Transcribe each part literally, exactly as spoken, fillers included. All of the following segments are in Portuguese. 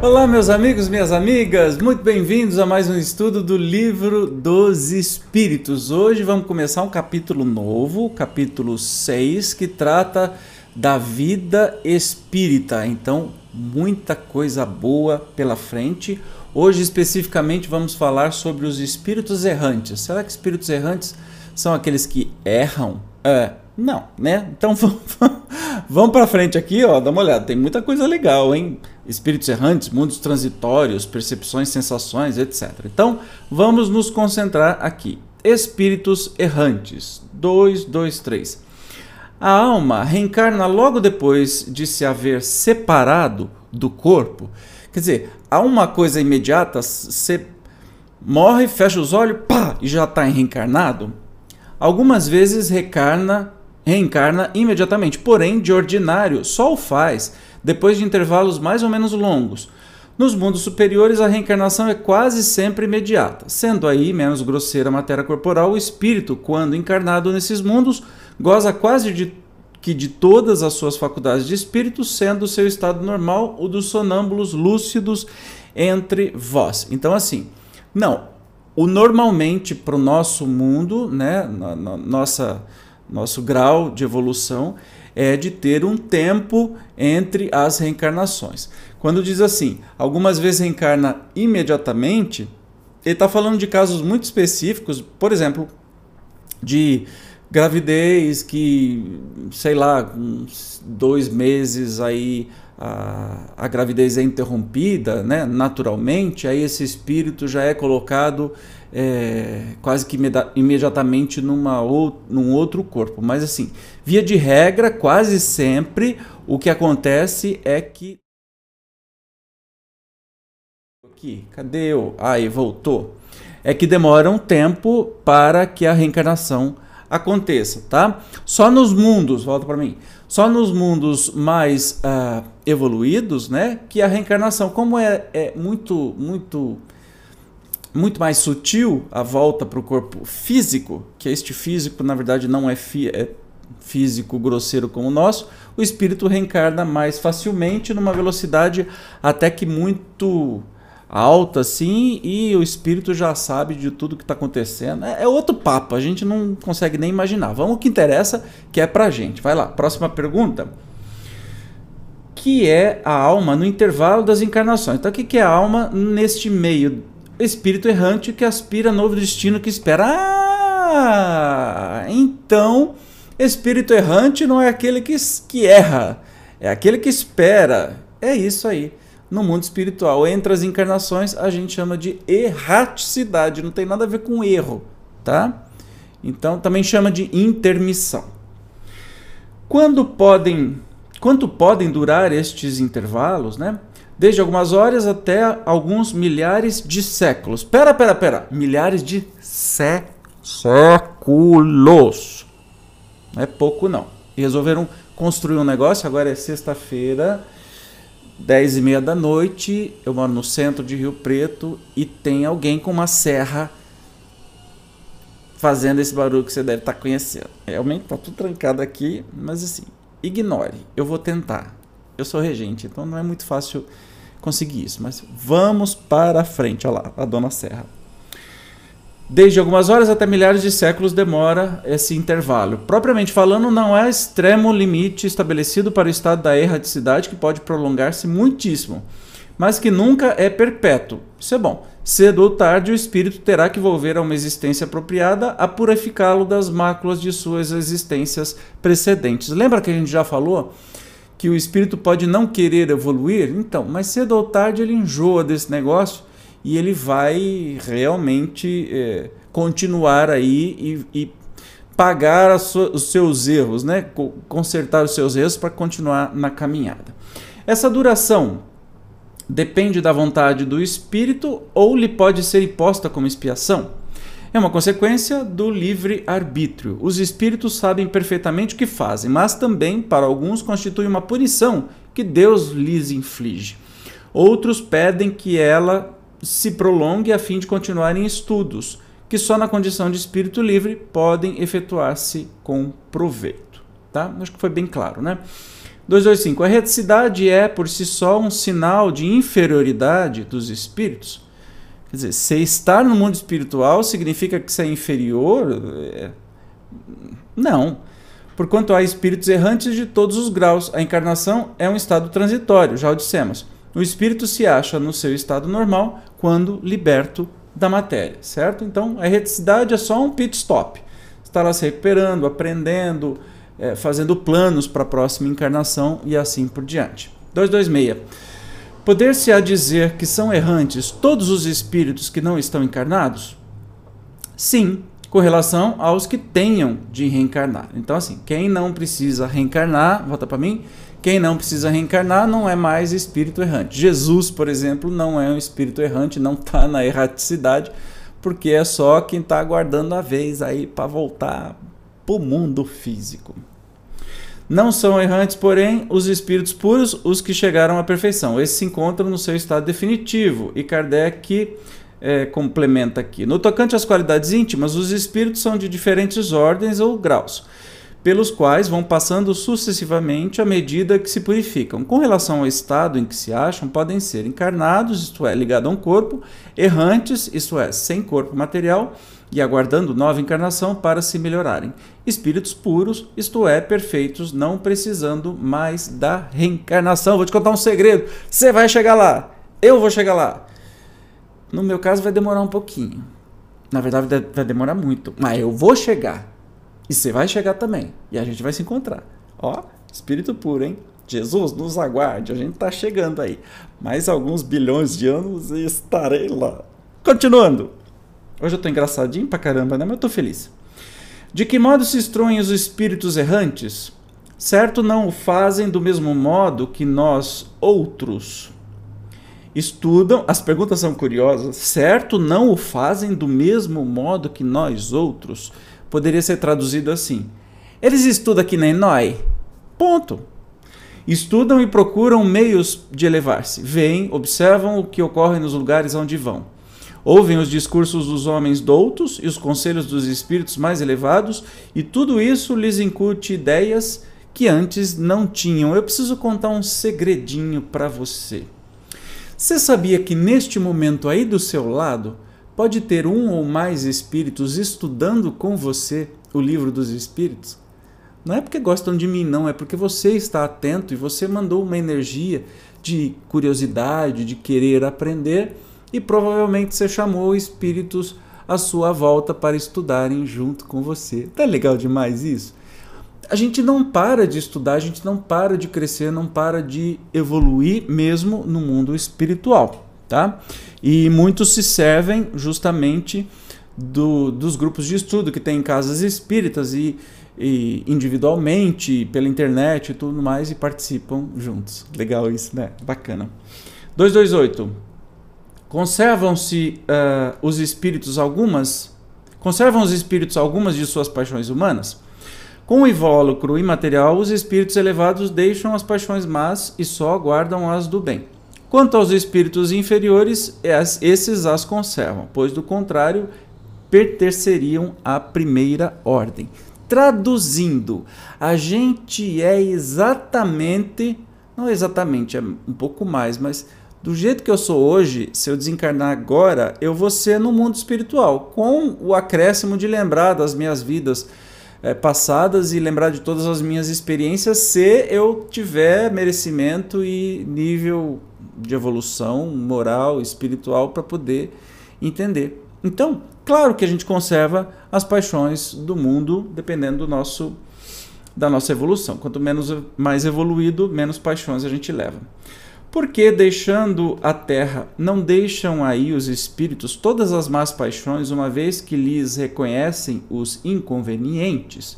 Olá, meus amigos, minhas amigas, muito bem-vindos a mais um estudo do Livro dos Espíritos. Hoje vamos começar um capítulo novo, capítulo seis, que trata da vida espírita. Então, muita coisa boa pela frente. Hoje, especificamente, vamos falar sobre os espíritos errantes. Será que espíritos errantes são aqueles que erram? É, não, né? Então, vamos para frente aqui, ó, dá uma olhada. Tem muita coisa legal, hein? Espíritos errantes, mundos transitórios, percepções, sensações, etcétera. Então, vamos nos concentrar aqui. Espíritos errantes. dois, dois, três. A alma reencarna logo depois de se haver separado do corpo. Quer dizer, há uma coisa imediata, você morre, fecha os olhos, pá, e já está reencarnado. Algumas vezes reencarna, reencarna imediatamente, porém, de ordinário, só o faz depois de intervalos mais ou menos longos. Nos mundos superiores, a reencarnação é quase sempre imediata. Sendo aí menos grosseira a matéria corporal, o espírito, quando encarnado nesses mundos, goza quase de, que de todas as suas faculdades de espírito, sendo o seu estado normal o dos sonâmbulos lúcidos entre vós. Então, assim, não, o normalmente para o nosso mundo, né, na, na, nossa, nosso grau de evolução, é de ter um tempo entre as reencarnações. Quando diz assim, algumas vezes reencarna imediatamente, ele está falando de casos muito específicos, por exemplo, de gravidez que, sei lá, uns dois meses aí a, a gravidez é interrompida, né, naturalmente, aí esse espírito já é colocado é, quase que imediatamente numa ou, num outro corpo. Mas assim, via de regra, quase sempre o que acontece é que... Aqui, cadê eu? Aí, voltou. É que demora um tempo para que a reencarnação aconteça, tá? Só nos mundos, volta para mim, só nos mundos mais uh, evoluídos, né, que a reencarnação, como é, é muito, muito, muito mais sutil a volta para o corpo físico, que este físico, na verdade, não é, fi, é físico grosseiro como o nosso, o espírito reencarna mais facilmente, numa velocidade até que muito alta, assim, e o espírito já sabe de tudo que está acontecendo. É, é outro papo, a gente não consegue nem imaginar. Vamos ao que interessa, que é pra gente. Vai lá, próxima pergunta. Que é a alma no intervalo das encarnações? Então, o que é a alma neste meio? Espírito errante que aspira novo destino que espera. Ah, então, espírito errante não é aquele que, que erra, é aquele que espera. É isso aí. No mundo espiritual, entre as encarnações, a gente chama de erraticidade, não tem nada a ver com erro, tá? Então, também chama de intermissão. Quando podem, quanto podem durar estes intervalos, né? Desde algumas horas até alguns milhares de séculos. Pera, pera, pera. Milhares de sé séculos. Não é pouco, não. E resolveram construir um negócio, agora é sexta-feira, dez e meia da noite, eu moro no centro de Rio Preto e tem alguém com uma serra fazendo esse barulho que você deve estar conhecendo. Realmente está tudo trancado aqui, mas assim, ignore, eu vou tentar. Eu sou regente, então não é muito fácil conseguir isso, mas vamos para frente. Olha lá, a dona Serra. Desde algumas horas até milhares de séculos demora esse intervalo. Propriamente falando, não há extremo limite estabelecido para o estado da erraticidade, que pode prolongar-se muitíssimo, mas que nunca é perpétuo. Isso é bom. Cedo ou tarde, o espírito terá que volver a uma existência apropriada a purificá-lo das máculas de suas existências precedentes. Lembra que a gente já falou que o espírito pode não querer evoluir? Então, mas cedo ou tarde ele enjoa desse negócio e ele vai realmente é, continuar aí e, e pagar so, os seus erros, né? Consertar os seus erros para continuar na caminhada. Essa duração depende da vontade do espírito ou lhe pode ser imposta como expiação? É uma consequência do livre-arbítrio. Os espíritos sabem perfeitamente o que fazem, mas também, para alguns, constitui uma punição que Deus lhes inflige. Outros pedem que ela se prolongue a fim de continuar em estudos, que só na condição de espírito livre podem efetuar-se com proveito. Tá? Acho que foi bem claro, né? dois dois cinco. A erraticidade é, por si só, um sinal de inferioridade dos espíritos? Quer dizer, se estar no mundo espiritual significa que você é inferior? É... Não. Porquanto há espíritos errantes de todos os graus. A encarnação é um estado transitório, já o dissemos. O espírito se acha no seu estado normal quando liberto da matéria, certo? Então, a erraticidade é só um pit stop. Está lá se recuperando, aprendendo, é, fazendo planos para a próxima encarnação e assim por diante. dois dois seis. Poder-se-á dizer que são errantes todos os espíritos que não estão encarnados? Sim, com relação aos que tenham de reencarnar. Então, assim, quem não precisa reencarnar, volta para mim, quem não precisa reencarnar não é mais espírito errante. Jesus, por exemplo, não é um espírito errante, não está na erraticidade, porque é só quem está aguardando a vez aí para voltar para o mundo físico. Não são errantes, porém, os espíritos puros, os que chegaram à perfeição. Esses se encontram no seu estado definitivo, e Kardec é, complementa aqui. No tocante às qualidades íntimas, os espíritos são de diferentes ordens ou graus, pelos quais vão passando sucessivamente à medida que se purificam. Com relação ao estado em que se acham, podem ser encarnados, isto é, ligados a um corpo, errantes, isto é, sem corpo material, e aguardando nova encarnação para se melhorarem. Espíritos puros, isto é, perfeitos, não precisando mais da reencarnação. Vou te contar um segredo, você vai chegar lá, eu vou chegar lá. No meu caso vai demorar um pouquinho, na verdade vai demorar muito, mas eu vou chegar. E você vai chegar também. E a gente vai se encontrar. Ó, espírito puro, hein? Jesus nos aguarde. A gente tá chegando aí. Mais alguns bilhões de anos e estarei lá. Continuando. Hoje eu tô engraçadinho pra caramba, né? Mas eu tô feliz. De que modo se instruem os espíritos errantes? Certo, não o fazem do mesmo modo que nós outros estudam. As perguntas são curiosas. Certo, não o fazem do mesmo modo que nós outros. Poderia ser traduzido assim: eles estudam que nem nós. Ponto. Estudam e procuram meios de elevar-se. Veem, observam o que ocorre nos lugares onde vão. Ouvem os discursos dos homens doutos e os conselhos dos espíritos mais elevados, e tudo isso lhes incute ideias que antes não tinham. Eu preciso contar um segredinho para você. Você sabia que neste momento aí do seu lado pode ter um ou mais espíritos estudando com você o livro dos espíritos? Não é porque gostam de mim, não. É porque você está atento e você mandou uma energia de curiosidade, de querer aprender, e provavelmente você chamou espíritos à sua volta para estudarem junto com você. Tá legal demais isso? A gente não para de estudar, a gente não para de crescer, não para de evoluir mesmo no mundo espiritual. Tá? E muitos se servem justamente do, dos grupos de estudo que tem em casas espíritas e, e individualmente, pela internet e tudo mais, e participam juntos. Legal isso, né? Bacana. dois dois oito. Conservam-se uh, os espíritos algumas? Conservam os espíritos algumas de suas paixões humanas? Com o invólucro imaterial, os espíritos elevados deixam as paixões más e só guardam as do bem. Quanto aos espíritos inferiores, esses as conservam, pois do contrário, pertenceriam à primeira ordem. Traduzindo, a gente é exatamente, não exatamente, é um pouco mais, mas do jeito que eu sou hoje, se eu desencarnar agora, eu vou ser no mundo espiritual, com o acréscimo de lembrar das minhas vidas é, passadas e lembrar de todas as minhas experiências, se eu tiver merecimento e nível de evolução moral, espiritual, para poder entender. Então, claro que a gente conserva as paixões do mundo, dependendo do nosso, da nossa evolução. Quanto menos mais evoluído, menos paixões a gente leva. Porque, deixando a terra, não deixam aí os espíritos todas as más paixões, uma vez que lhes reconhecem os inconvenientes?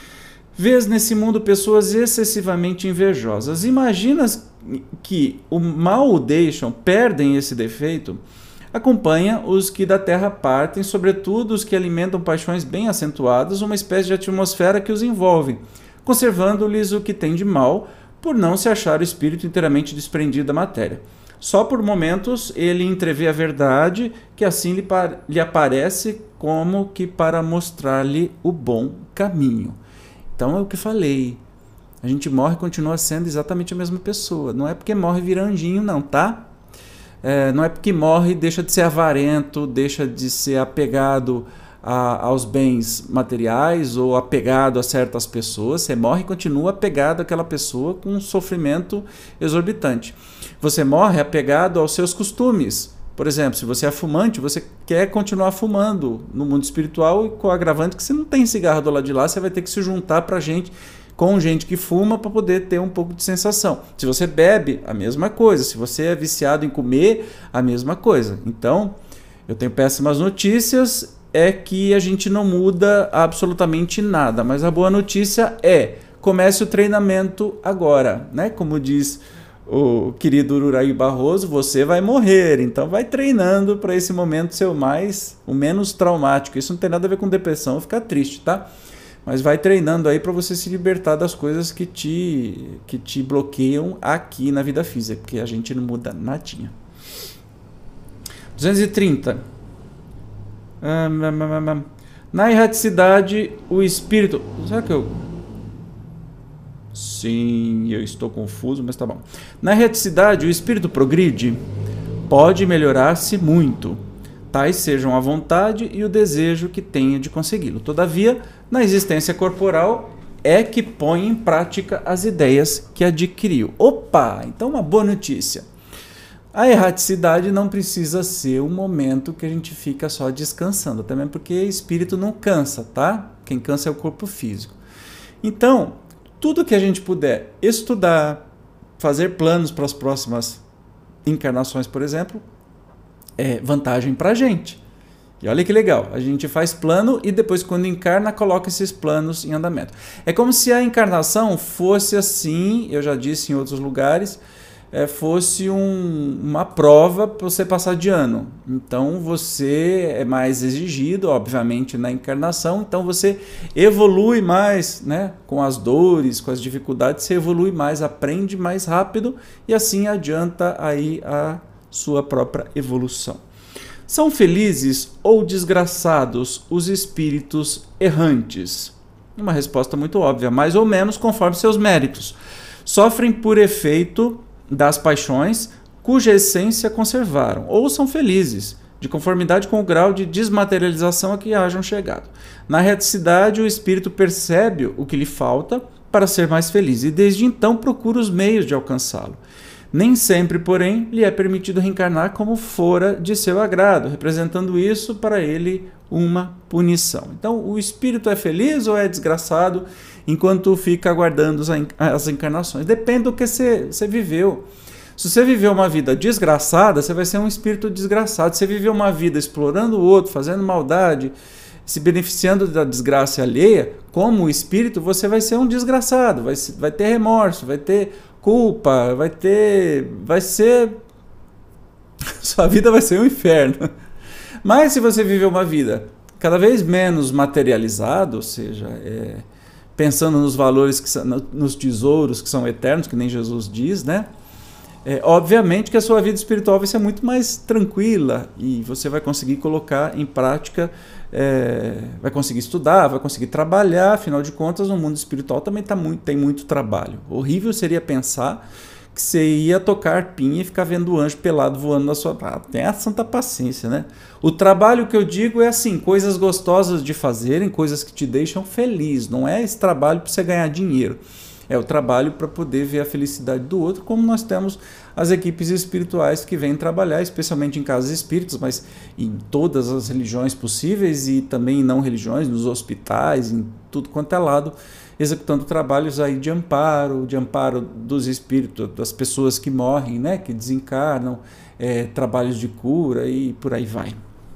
Vês nesse mundo pessoas excessivamente invejosas. Imaginas que o mal o deixam, perdem esse defeito? Acompanha os que da terra partem, sobretudo os que alimentam paixões bem acentuadas, uma espécie de atmosfera que os envolve, conservando-lhes o que tem de mal, por não se achar o espírito inteiramente desprendido da matéria. Só por momentos ele entrevê a verdade, que assim lhe, lhe aparece como que para mostrar-lhe o bom caminho. Então é o que falei. A gente morre e continua sendo exatamente a mesma pessoa. Não é porque morre vira anjinho, não, tá? É, não é porque morre deixa de ser avarento, deixa de ser apegado a, aos bens materiais ou apegado a certas pessoas. Você morre e continua apegado àquela pessoa com um sofrimento exorbitante. Você morre apegado aos seus costumes. Por exemplo, se você é fumante, você quer continuar fumando no mundo espiritual e com o agravante que você não tem cigarro do lado de lá, você vai ter que se juntar pra gente, com gente que fuma para poder ter um pouco de sensação. Se você bebe, a mesma coisa. Se você é viciado em comer, a mesma coisa. Então, eu tenho péssimas notícias, é que a gente não muda absolutamente nada. Mas a boa notícia é, comece o treinamento agora, né? Como diz o querido Ururaí Barroso, você vai morrer, então vai treinando para esse momento ser o mais, o menos traumático. Isso não tem nada a ver com depressão ou ficar triste, tá? Mas vai treinando aí para você se libertar das coisas que te, que te bloqueiam aqui na vida física, porque a gente não muda nadinha. duzentos e trinta. Na erraticidade, o espírito... Será que eu... Sim, eu estou confuso, mas tá bom. Na erraticidade, o espírito progride, pode melhorar-se muito, tais sejam a vontade e o desejo que tenha de consegui-lo. Todavia, na existência corporal é que põe em prática as ideias que adquiriu. Opa! Então uma boa notícia. A erraticidade não precisa ser um momento que a gente fica só descansando, também porque espírito não cansa, tá? Quem cansa é o corpo físico. Então, tudo que a gente puder estudar, fazer planos para as próximas encarnações, por exemplo, é vantagem para a gente. E olha que legal, a gente faz plano e depois quando encarna, coloca esses planos em andamento. É como se a encarnação fosse assim, eu já disse em outros lugares, é, fosse um, uma prova para você passar de ano. Então você é mais exigido, obviamente, na encarnação, então você evolui mais, né? Com as dores, com as dificuldades, você evolui mais, aprende mais rápido e assim adianta aí a sua própria evolução. São felizes ou desgraçados os espíritos errantes? Uma resposta muito óbvia, mais ou menos conforme seus méritos. Sofrem por efeito das paixões cuja essência conservaram, ou são felizes, de conformidade com o grau de desmaterialização a que hajam chegado. Na erraticidade, o espírito percebe o que lhe falta para ser mais feliz e desde então procura os meios de alcançá-lo. Nem sempre, porém, lhe é permitido reencarnar como fora de seu agrado, representando isso para ele uma punição. Então, o espírito é feliz ou é desgraçado enquanto fica aguardando as encarnações? Depende do que você, você viveu. Se você viveu uma vida desgraçada, você vai ser um espírito desgraçado. Se você viveu uma vida explorando o outro, fazendo maldade, se beneficiando da desgraça alheia, como espírito, você vai ser um desgraçado, vai, vai ter remorso, vai ter culpa, vai ter... vai ser... sua vida vai ser um inferno. Mas se você viver uma vida cada vez menos materializada, ou seja, é, pensando nos valores, que são, nos tesouros que são eternos, que nem Jesus diz, né? É, obviamente que a sua vida espiritual vai ser muito mais tranquila e você vai conseguir colocar em prática, é, vai conseguir estudar, vai conseguir trabalhar, afinal de contas, no mundo espiritual também tá muito, tem muito trabalho. Horrível seria pensar que você ia tocar arpinha e ficar vendo o anjo pelado voando na sua... Ah, tem a santa paciência, né? O trabalho que eu digo é assim, coisas gostosas de fazerem, coisas que te deixam feliz, não é esse trabalho para você ganhar dinheiro. É o trabalho para poder ver a felicidade do outro, como nós temos as equipes espirituais que vêm trabalhar, especialmente em casas espíritas, mas em todas as religiões possíveis e também em não religiões, nos hospitais, em tudo quanto é lado, executando trabalhos aí de amparo, de amparo dos espíritos, das pessoas que morrem, né, que desencarnam, é, trabalhos de cura e por aí vai.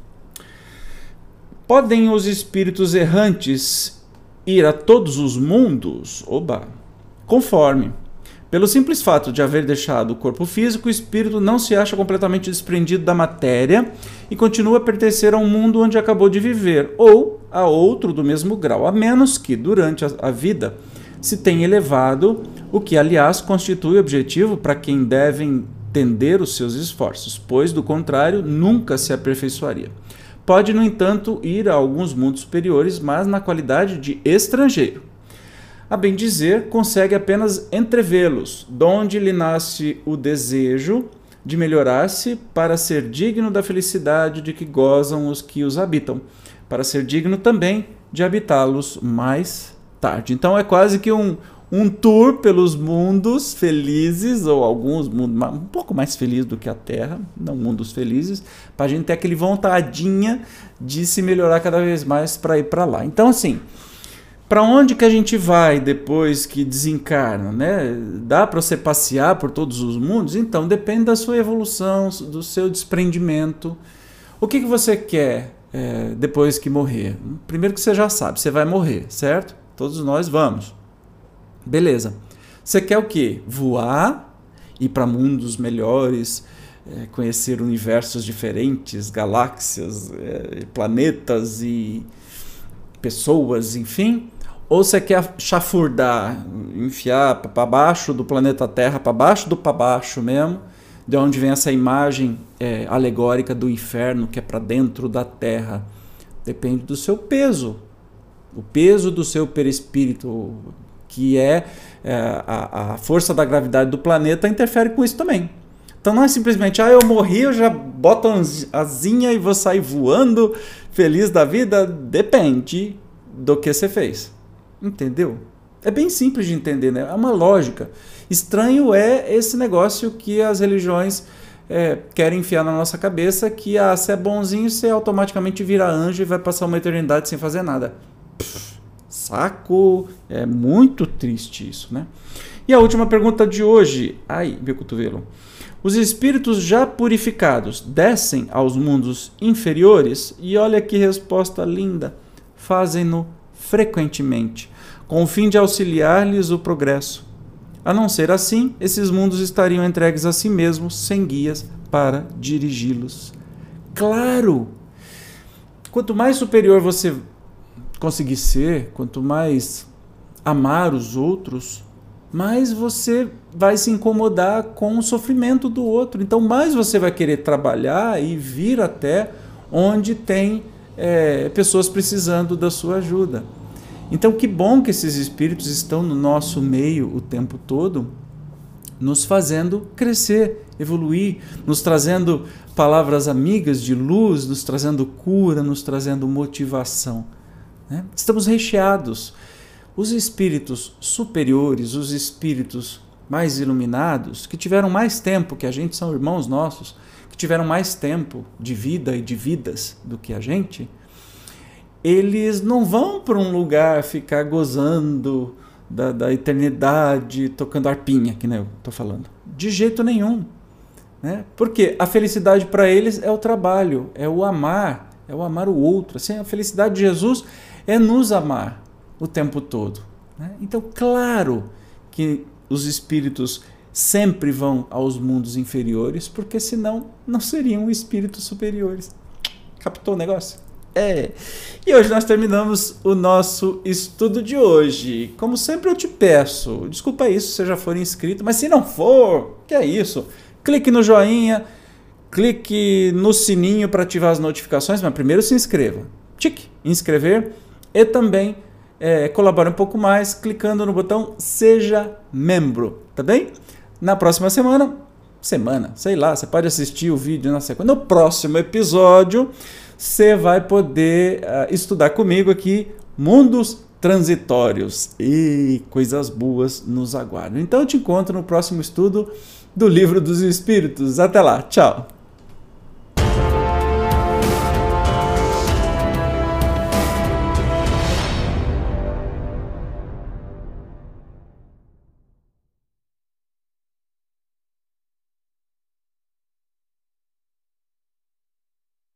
Podem os espíritos errantes ir a todos os mundos? Oba! Conforme. Pelo simples fato de haver deixado o corpo físico, o espírito não se acha completamente desprendido da matéria e continua a pertencer a um mundo onde acabou de viver, ou a outro do mesmo grau, a menos que, durante a vida, se tenha elevado, o que, aliás, constitui objetivo para quem devem tender os seus esforços, pois, do contrário, nunca se aperfeiçoaria. Pode, no entanto, ir a alguns mundos superiores, mas na qualidade de estrangeiro. a bem dizer, consegue apenas entrevê-los, donde lhe nasce o desejo de melhorar-se para ser digno da felicidade de que gozam os que os habitam, para ser digno também de habitá-los mais tarde. Então é quase que um, um tour pelos mundos felizes, ou alguns mundos um pouco mais felizes do que a Terra, não mundos felizes, para a gente ter aquele vontadinha de se melhorar cada vez mais para ir para lá. Então assim, para onde que a gente vai depois que desencarna, né? Dá para você passear por todos os mundos? Então, depende da sua evolução, do seu desprendimento. O que, que você quer é, depois que morrer? Primeiro que você já sabe, você vai morrer, certo? Todos nós vamos. Beleza. Você quer o quê? Voar, ir para mundos melhores, é, conhecer universos diferentes, galáxias, é, planetas e pessoas, enfim? Ou você quer chafurdar, enfiar para baixo do planeta Terra, para baixo do para baixo mesmo, de onde vem essa imagem é, alegórica do inferno, que é para dentro da Terra? Depende do seu peso, o peso do seu perispírito, que é, é a, a força da gravidade do planeta, interfere com isso também. Então não é simplesmente, ah, eu morri, eu já boto a asinha e vou sair voando, feliz da vida. Depende do que você fez. Entendeu? É bem simples de entender, né? É uma lógica. Estranho é esse negócio que as religiões é, querem enfiar na nossa cabeça, que ah, se é bonzinho, você automaticamente vira anjo e vai passar uma eternidade sem fazer nada. Pff, saco! É muito triste isso, né? E a última pergunta de hoje. Ai, meu cotovelo. Os espíritos já purificados descem aos mundos inferiores? E olha que resposta linda. Fazem-no frequentemente, com o fim de auxiliar-lhes o progresso. A não ser assim, esses mundos estariam entregues a si mesmos, sem guias para dirigi-los. Claro! Quanto mais superior você conseguir ser, quanto mais amar os outros, mais você vai se incomodar com o sofrimento do outro. Então, mais você vai querer trabalhar e vir até onde tem é, pessoas precisando da sua ajuda. Então, que bom que esses espíritos estão no nosso meio o tempo todo, nos fazendo crescer, evoluir, nos trazendo palavras amigas de luz, nos trazendo cura, nos trazendo motivação, né? Estamos recheados. Os espíritos superiores, os espíritos mais iluminados, que tiveram mais tempo que a gente, são irmãos nossos, que tiveram mais tempo de vida e de vidas do que a gente, eles não vão para um lugar ficar gozando da, da eternidade, tocando arpinha, que nem eu estou falando. De jeito nenhum, né? Porque a felicidade para eles é o trabalho, é o amar, é o amar o outro. Assim, a felicidade de Jesus é nos amar o tempo todo, né? Então, claro que os espíritos sempre vão aos mundos inferiores, porque senão não seriam espíritos superiores. Captou o negócio? É. E hoje nós terminamos o nosso estudo de hoje. Como sempre eu te peço, desculpa isso se você já for inscrito, mas se não for, que é isso? Clique no joinha, clique no sininho para ativar as notificações, mas primeiro se inscreva. Tique, inscrever, e também é, colabore um pouco mais clicando no botão Seja Membro, tá bem? Na próxima semana, semana, sei lá, você pode assistir o vídeo na sequência. No próximo episódio, você vai poder uh, estudar comigo aqui mundos transitórios e coisas boas nos aguardam. Então eu te encontro no próximo estudo do Livro dos Espíritos. Até lá, tchau!